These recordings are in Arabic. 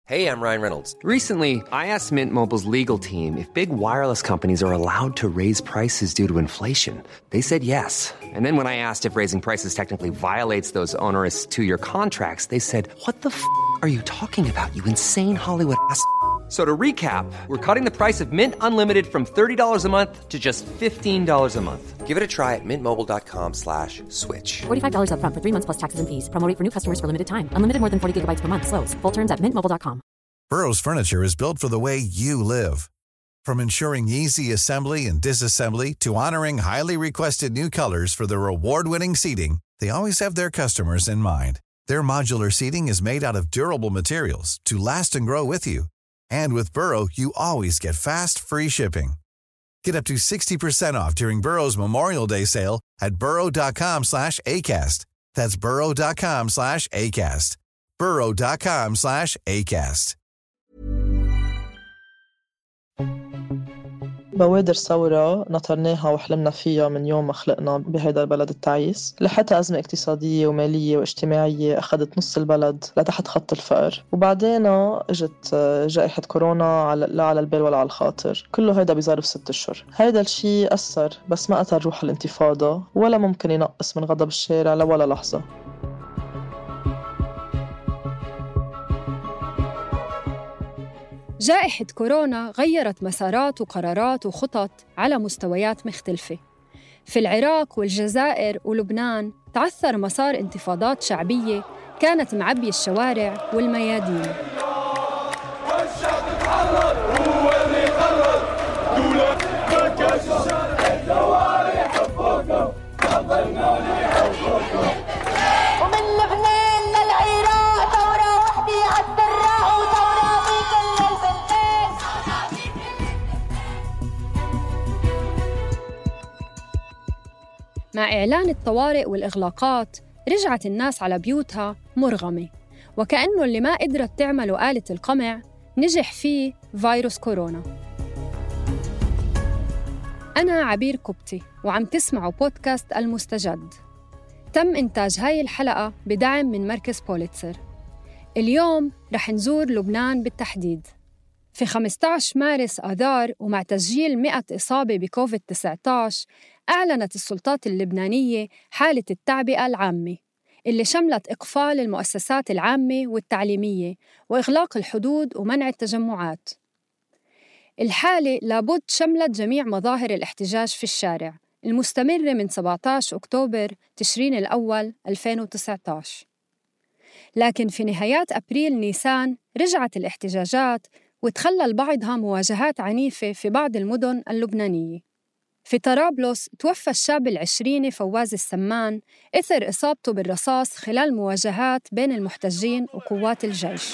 Hey, I'm Ryan Reynolds. Recently, I asked Mint Mobile's legal team if big wireless companies are allowed to raise prices due to inflation. They said yes. And then when I asked if raising prices technically violates those onerous two-year contracts, they said, "What the are you talking about, you insane Hollywood ass?" So to recap, we're cutting the price of Mint Unlimited from $30 a month to just $15 a month. Give it a try at mintmobile.com/switch. $45 up front for 3 months plus taxes and fees. Promo rate for new customers for limited time. Unlimited more than 40 gigabytes per month. Slows full terms at mintmobile.com. Burrow's furniture is built for the way you live. From ensuring easy assembly and disassembly to honoring highly requested new colors for their award-winning seating, they always have their customers in mind. Their modular seating is made out of durable materials to last and grow with you. And with Burrow, you always get fast, free shipping. Get up to 60% off during Burrow's Memorial Day sale at burrow.com/ACAST. That's burrow.com/ACAST. burrow.com/ACAST. بوادر ثورة نطرناها وحلمنا فيها من يوم ما خلقنا بهذا البلد التعيس، لحتى أزمة اقتصادية ومالية واجتماعية أخذت نص البلد لتحت خط الفقر، وبعدين اجت جائحة كورونا لا على البال ولا على الخاطر. كله هيدا بظرف 6 أشهر. هيدا الشيء أثر بس ما قتل روح الانتفاضة ولا ممكن ينقص من غضب الشارع لولا لحظة. جائحة كورونا غيرت مسارات وقرارات وخطط على مستويات مختلفة. في العراق والجزائر ولبنان تعثر مسار انتفاضات شعبية كانت معبية الشوارع والميادين. مع إعلان الطوارئ والإغلاقات رجعت الناس على بيوتها مرغمة، وكأنه اللي ما قدرت تعمله آلة القمع نجح فيه فيروس كورونا. أنا عبير قبطي وعم تسمعوا بودكاست المستجد. تم إنتاج هاي الحلقة بدعم من مركز بوليتسر. اليوم رح نزور لبنان بالتحديد. في 15 مارس آذار ومع تسجيل 100 إصابة بكوفيد-19 أعلنت السلطات اللبنانية حالة التعبئة العامة اللي شملت إقفال المؤسسات العامة والتعليمية وإغلاق الحدود ومنع التجمعات. الحالة لابد شملت جميع مظاهر الاحتجاج في الشارع المستمرة من 17 أكتوبر تشرين الأول 2019. لكن في نهايات أبريل نيسان رجعت الاحتجاجات وتخلل بعضها مواجهات عنيفة في بعض المدن اللبنانية. في طرابلس توفى الشاب العشريني فواز السمان إثر إصابته بالرصاص خلال مواجهات بين المحتجين وقوات الجيش.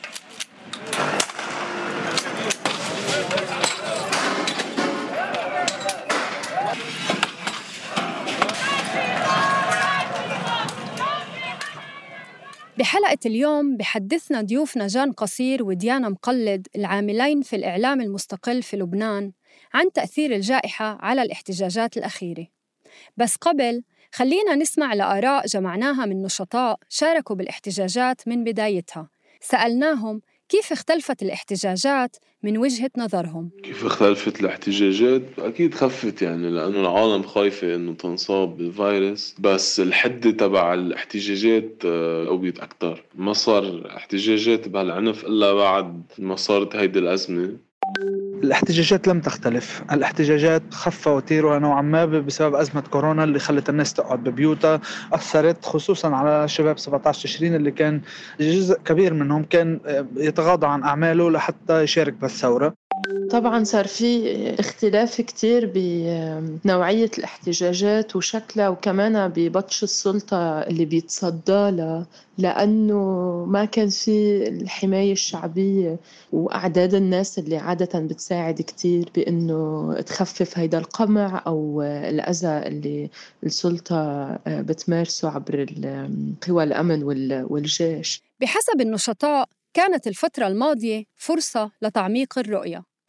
بحلقة اليوم بحدثنا ضيوفنا جان قصير وديانا مقلد العاملين في الإعلام المستقل في لبنان عن تأثير الجائحة على الاحتجاجات الأخيرة. بس قبل خلينا نسمع لآراء جمعناها من نشطاء شاركوا بالاحتجاجات من بدايتها. سألناهم كيف اختلفت الاحتجاجات من وجهة نظرهم. كيف اختلفت الاحتجاجات؟ أكيد خفت يعني لأنه العالم خايفة إنه تنصاب بالفيروس، بس الحدة تبع الاحتجاجات قويت أكتر. ما صار احتجاجات بهالعنف إلا بعد ما صارت هيدي الأزمة. الاحتجاجات لم تختلف، الاحتجاجات خف وتيرها نوعا ما بسبب أزمة كورونا اللي خلت الناس تقعد ببيوتها. أثرت خصوصا على شباب 17 تشرين اللي كان جزء كبير منهم كان يتغاضى عن أعماله لحتى يشارك بالثورة. طبعاً صار في اختلاف كتير بنوعية الاحتجاجات وشكلها وكمان ببطش السلطة اللي بيتصدى لها، لأنه ما كان في الحماية الشعبية وأعداد الناس اللي عادة بتساعد كتير بأنه تخفف هيدا القمع أو الأذى اللي السلطة بتمارسه عبر قوى الأمن والجيش. بحسب النشطاء كانت الفترة الماضية فرصة لتعميق الرؤية.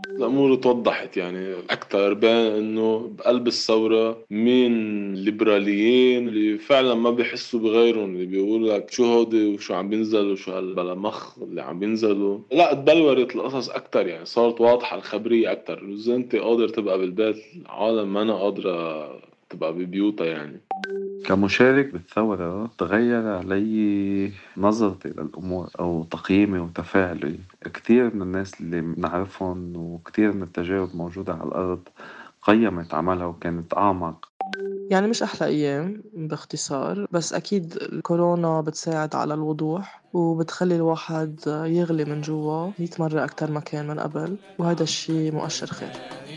الأمور توضحت يعني أكتر، بين إنه بقلب الثورة مين الليبراليين اللي فعلا ما بيحسوا بغيرهم، اللي بيقول لك شو هودي وشو عم بينزلوا شو هالبلا مخ اللي عم بينزلوا. لا، تبلورت القصص أكتر، يعني صارت واضحة الخبرية أكتر. إذا أنت قادر تبقى بالبيت، العالم ما أنا قادرة تبقى ببيوتها. يعني كمشارك بالثورة تغير علي نظرتي للأمور أو تقييمي وتفاعلي. كتير من الناس اللي بنعرفهم وكتير من التجارب موجودة على الأرض قيمت عملها وكانت أعمق. يعني مش أحلى أيام باختصار، بس أكيد الكورونا بتساعد على الوضوح وبتخلي الواحد يغلي من جوا 100 مرة أكتر ما كان من قبل، وهذا الشيء مؤشر خير.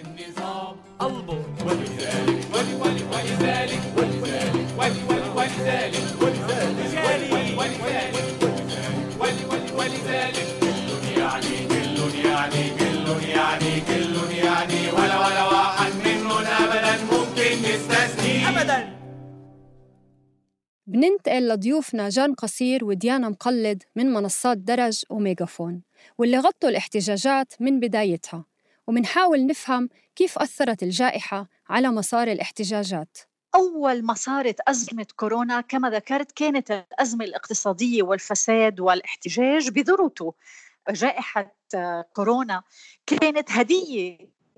بننتقل لضيوفنا جان قصير وديانا مقلد من منصات درج وميغافون، واللي غطوا الاحتجاجات من بدايتها، ومنحاول نفهم كيف أثرت الجائحة على مسار الاحتجاجات. أول ما صارت أزمة كورونا كما ذكرت كانت الأزمة الاقتصادية والفساد والاحتجاج بذروته. جائحة كورونا كانت هدية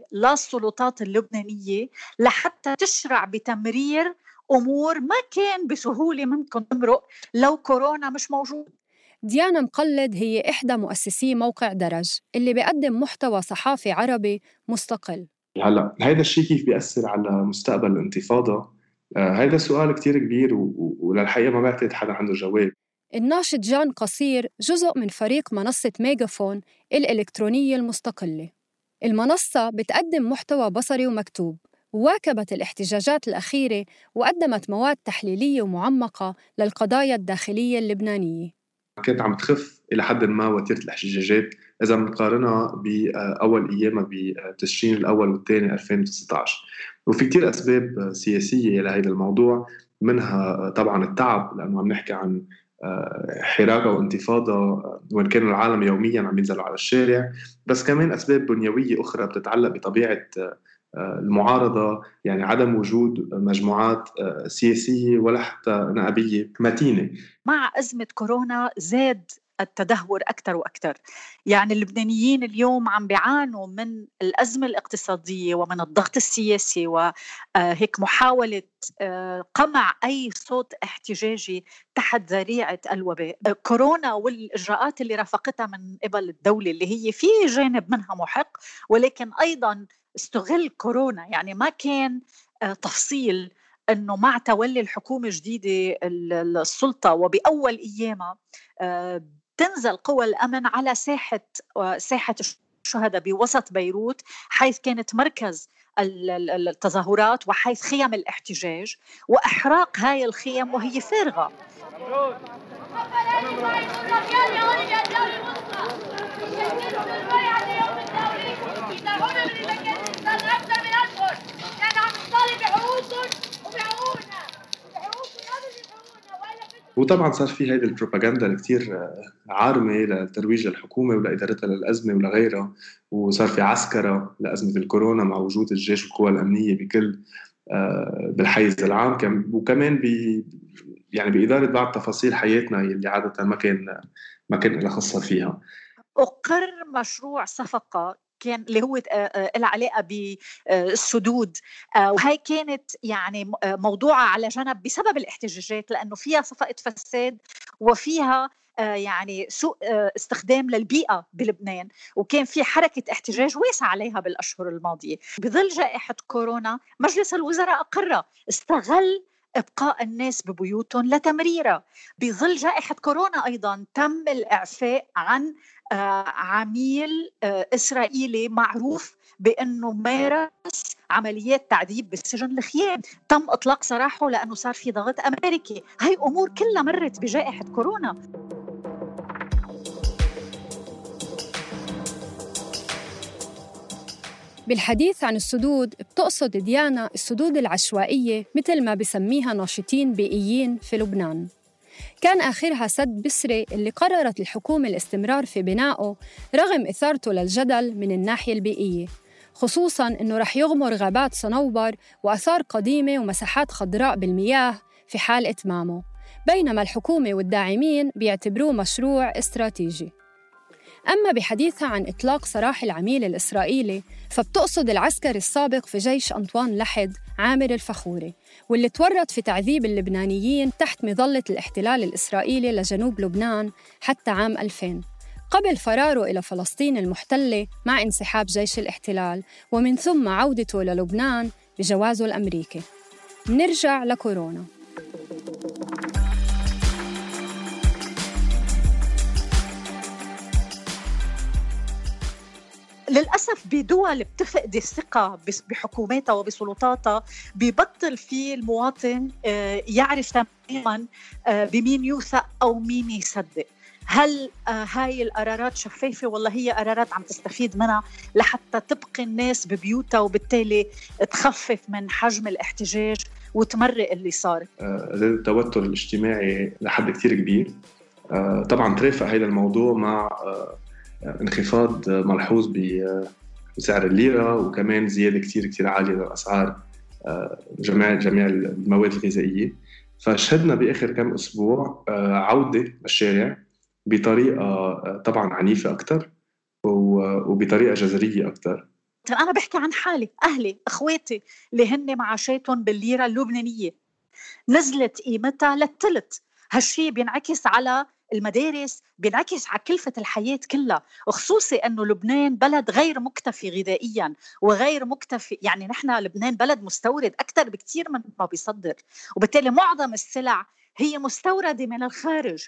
للسلطات اللبنانية لحتى تشرع بتمرير أمور ما كان بسهولة ممكن تمرق لو كورونا مش موجود. ديانا مقلد هي إحدى مؤسسي موقع درج اللي بيقدم محتوى صحافي عربي مستقل. هلأ هيدا الشيء كيف بيأثر على مستقبل الانتفاضة؟ هيدا سؤال كتير كبير وللحقيقة ما بعتقد حدا عنده جواب. الناشط جان قصير جزء من فريق منصة ميغافون الإلكترونية المستقلة. المنصة بتقدم محتوى بصري ومكتوب، وواكبت الاحتجاجات الأخيرة وقدمت مواد تحليلية ومعمقة للقضايا الداخلية اللبنانية. كانت عم تخف إلى حد ما وتيرة الاحتجاجات إذا بنقارنها بأول أيامها بتشرين الأول والثاني 2019، وفي كتير أسباب سياسية لهذا الموضوع، منها طبعاً التعب، لأنه عم نحكي عن حراكة وانتفاضة وإن كانوا العالم يومياً عم ينزلوا على الشارع، بس كمان أسباب بنيوية أخرى بتتعلق بطبيعة المعارضة، يعني عدم وجود مجموعات سياسية ولا حتى نقابية متينة. مع أزمة كورونا زاد التدهور أكثر وأكثر. يعني اللبنانيين اليوم عم بيعانوا من الأزمة الاقتصادية ومن الضغط السياسي، وهيك محاولة قمع أي صوت احتجاجي تحت ذريعة الوباء. كورونا والإجراءات اللي رافقتها من قبل الدولة اللي هي في جانب منها محق، ولكن أيضاً استغل كورونا. يعني ما كان تفصيل أنه مع تولي الحكومة الجديدة السلطة وبأول أيامها تنزل قوى الأمن على ساحة الشهداء بوسط بيروت، حيث كانت مركز التظاهرات وحيث خيم الاحتجاج، وإحراق هاي الخيم وهي فارغة. وطبعا صار في هيدي البروباغندا الكتير عارمة لترويج الحكومة ولإدارتها للأزمة ولغيرها، وصار في عسكرة لأزمة الكورونا مع وجود الجيش والقوى الأمنية بكل بالحيز العام، وكمان يعني بإدارة بعض تفاصيل حياتنا اللي عادة ما كان لها خصة فيها. أقر مشروع صفقة كان اللي هو العلاقة بالسدود، وهي كانت يعني موضوعة على جنب بسبب الاحتجاجات، لأنه فيها صفقة فساد وفيها يعني سوء استخدام للبيئة بلبنان، وكان في حركة احتجاج واسعة عليها بالأشهر الماضية. بظل جائحة كورونا مجلس الوزراء أقر استغل إبقاء الناس ببيوتهم لتمريرها. بظل جائحة كورونا أيضا تم الإعفاء عن عميل إسرائيلي معروف بأنه مارس عمليات تعذيب بالسجن الخيام، تم إطلاق سراحه لأنه صار في ضغط أمريكي. هاي أمور كلها مرت بجائحة كورونا. بالحديث عن السدود بتقصد ديانا السدود العشوائية مثل ما بسميها ناشطين بيئيين في لبنان. كان آخرها سد بسري اللي قررت الحكومة الاستمرار في بنائه رغم إثارته للجدل من الناحية البيئية، خصوصاً إنه رح يغمر غابات صنوبر وآثار قديمة ومساحات خضراء بالمياه في حال إتمامه، بينما الحكومة والداعمين بيعتبروه مشروع استراتيجي. أما بحديثها عن إطلاق سراح العميل الإسرائيلي فبتقصد العسكري السابق في جيش أنطوان لحد عامر الفخوري، واللي تورط في تعذيب اللبنانيين تحت مظلة الاحتلال الإسرائيلي لجنوب لبنان حتى عام 2000 قبل فراره إلى فلسطين المحتلة مع انسحاب جيش الاحتلال، ومن ثم عودته للبنان بجوازه الأمريكي. نرجع لكورونا. للأسف بدول بتفقد الثقة بحكوماتها وبسلطاتها بيبطل في المواطن يعرف تماما بمين يوثق أو مين يصدق. هل هاي القرارات شفافة والله هي قرارات عم تستفيد منها لحتى تبقي الناس ببيوتها وبالتالي تخفف من حجم الاحتجاج وتمرق اللي صار؟ التوتر الاجتماعي لحد كتير كبير. طبعا ترافق هذا الموضوع مع انخفاض ملحوظ بسعر الليرة، وكمان زيادة كتير عالية للأسعار جميع المواد الغذائية. فشهدنا بآخر كم أسبوع عودة للشارع بطريقة طبعا عنيفة أكتر وبطريقة جذرية أكتر. أنا بحكي عن حالي، أهلي، أخواتي اللي هن معاشاتهم بالليرة اللبنانية نزلت قيمتها للثلث. هالشي بينعكس على المدارس، بينعكس على كلفة الحياة كلها، وخصوصي أنه لبنان بلد غير مكتفي غذائياً وغير مكتفي، يعني نحن لبنان بلد مستورد أكثر بكتير من ما بيصدر، وبالتالي معظم السلع هي مستوردة من الخارج.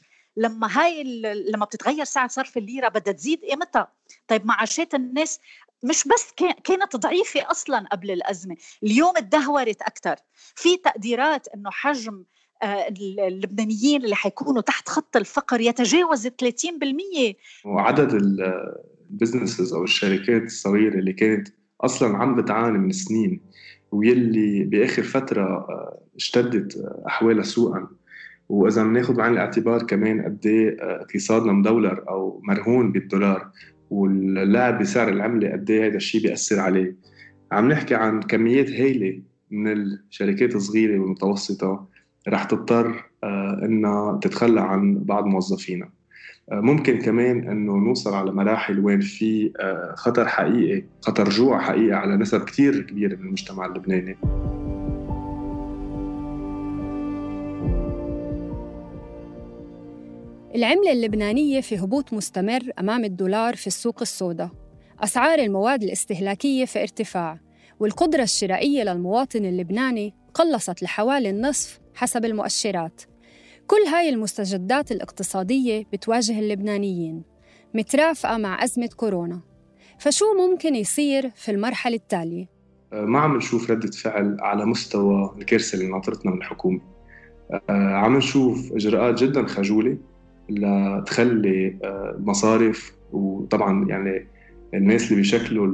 لما بتتغير سعر صرف الليرة بدها تزيد قيمتها. طيب معاشات الناس مش بس كانت ضعيفة أصلاً قبل الأزمة، اليوم اتدهورت أكثر. في تقديرات أنه حجم اللبنانيين اللي حيكونوا تحت خط الفقر يتجاوز 30%. وعدد البزنسز أو الشركات الصغيرة اللي كانت أصلاً عم بتعاني من سنين ويلي بآخر فترة اشتدت أحوالها سوءاً. وإذا بناخد بعين الاعتبار كمان قديه اقتصادنا مدولر أو مرهون بالدولار واللاعب بسعر العملة قديه هذا الشيء بيأثر عليه. عم نحكي عن كميات هائلة من الشركات الصغيرة والمتوسطة رح تضطر إنها تتخلى عن بعض موظفينا. ممكن كمان إنه نوصل على مراحل وين في خطر حقيقي، خطر جوع حقيقي على نسب كتير كبيرة من المجتمع اللبناني. العملة اللبنانية في هبوط مستمر أمام الدولار في السوق السوداء، أسعار المواد الاستهلاكية في ارتفاع، والقدرة الشرائية للمواطن اللبناني قلصت لحوالي النصف حسب المؤشرات. كل هاي المستجدات الاقتصادية بتواجه اللبنانيين مترافقة مع أزمة كورونا. فشو ممكن يصير في المرحلة التالية؟ ما عم نشوف ردة فعل على مستوى الكارثة اللي ناطرتنا من الحكومة. عم نشوف إجراءات جدا خجولة لتخلي المصارف وطبعا يعني الناس اللي بيشكلوا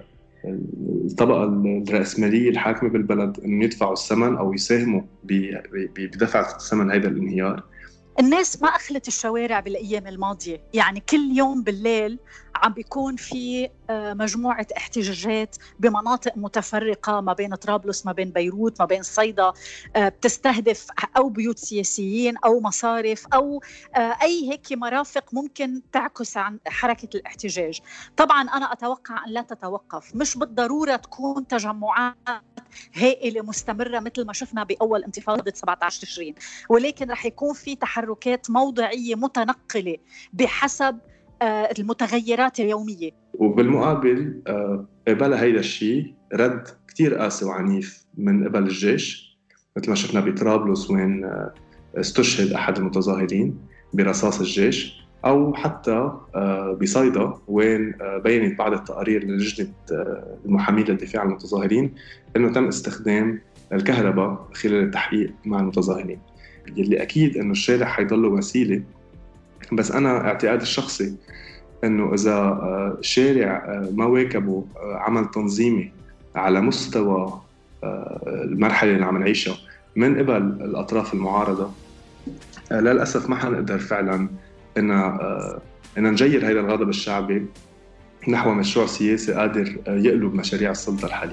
الطبقة الرأسمالية الحاكمة بالبلد إنه يدفعوا الثمن أو يساهموا بدفع ثمن هذا الانهيار. الناس ما أخلت الشوارع بالأيام الماضية، يعني كل يوم بالليل عم بيكون في مجموعة احتجاجات بمناطق متفرقة ما بين طرابلس ما بين بيروت ما بين صيدا، بتستهدف أو بيوت سياسيين أو مصارف أو أي هيك مرافق ممكن تعكس عن حركة الاحتجاج. طبعا أنا أتوقع أن لا تتوقف، مش بالضرورة تكون تجمعات هائلة مستمرة مثل ما شفنا بأول انتفاضة 17 تشرين، ولكن رح يكون في تحركات موضعية متنقلة بحسب المتغيرات اليومية. وبالمقابل قبل هيدا الشيء رد كتير قاسي وعنيف من قبل الجيش، مثل ما شفنا بطرابلس وين استشهد أحد المتظاهرين برصاص الجيش، أو حتى بصيدا وين بيّنت بعض التقارير للجنة المحامين للدفاع عن المتظاهرين أنه تم استخدام الكهرباء خلال التحقيق مع المتظاهرين، اللي أكيد أنه الشارع حيضله وسيلة. بس أنا اعتقادي الشخصي أنه إذا الشارع ما واكبوا عمل تنظيمي على مستوى المرحلة اللي عم نعيشها من قبل الأطراف المعارضة، للأسف ما حنقدر فعلا إن نجير هذا الغضب الشعبي نحو مشروع سياسي قادر يقلب مشاريع السلطة الحالية.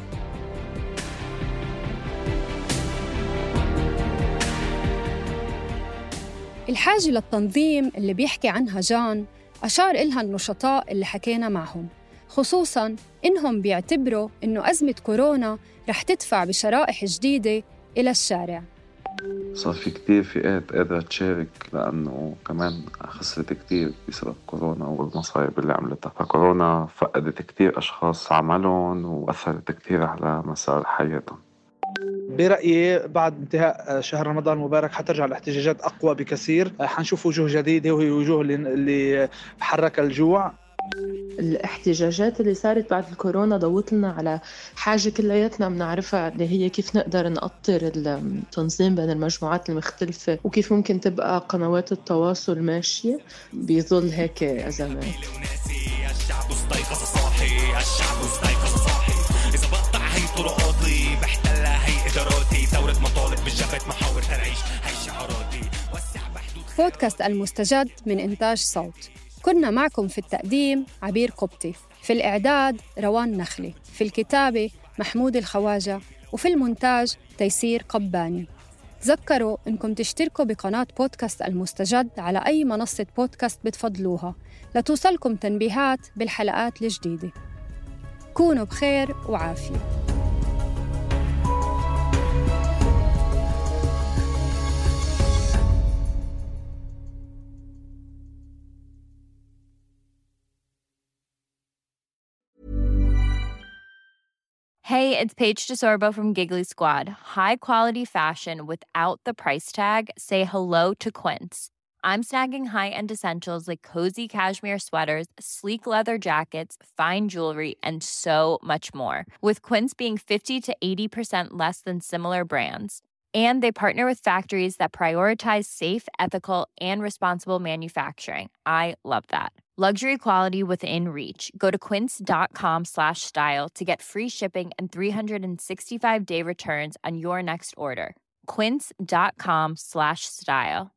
الحاجة للتنظيم اللي بيحكي عنها جان أشار إلها النشطاء اللي حكينا معهم، خصوصاً إنهم بيعتبروا إنه أزمة كورونا رح تدفع بشرائح جديدة إلى الشارع. صار في كتير فئات قادرة تشارك لأنه كمان خسرت كتير بسبب كورونا والمصايب اللي عملتها. فكورونا فقدت كتير أشخاص عملهم وأثرت كتير على مسار حياتهم. برأيي بعد انتهاء شهر رمضان المبارك حترجع الاحتجاجات أقوى بكثير، حنشوف وجوه جديدة وهي وجوه اللي حرك الجوع. الاحتجاجات اللي صارت بعد الكورونا ضوت لنا على حاجة كلياتنا بنعرفها، اللي هي كيف نقدر نقطر التنظيم بين المجموعات المختلفة وكيف ممكن تبقى قنوات التواصل ماشية بظل هيك أزمات. الشعب استيقظ صاحي، الشعب استيقظ صاحي، إذا بقطع هي طرقاتي بحتلها هي إداراتي، ثورة مطالب بالجبهة محاور ترعيش هي شعاراتي. بودكاست المستجد من إنتاج صوت. كنا معكم في التقديم عبير قبطي، في الإعداد روان نخلي، في الكتابة محمود الخواجة، وفي المونتاج تيسير قباني. تذكروا إنكم تشتركوا بقناة بودكاست المستجد على أي منصة بودكاست بتفضلوها لتوصلكم تنبيهات بالحلقات الجديدة. كونوا بخير وعافية. Hey, it's Paige DeSorbo from Giggly Squad. High quality fashion without the price tag. Say hello to Quince. I'm snagging high-end essentials like cozy cashmere sweaters, sleek leather jackets, fine jewelry, and so much more. With Quince being 50 to 80% less than similar brands. And they partner with factories that prioritize safe, ethical, and responsible manufacturing. I love that. Luxury quality within reach. Go to quince.com/style to get free shipping and 365-day returns on your next order. Quince.com/style.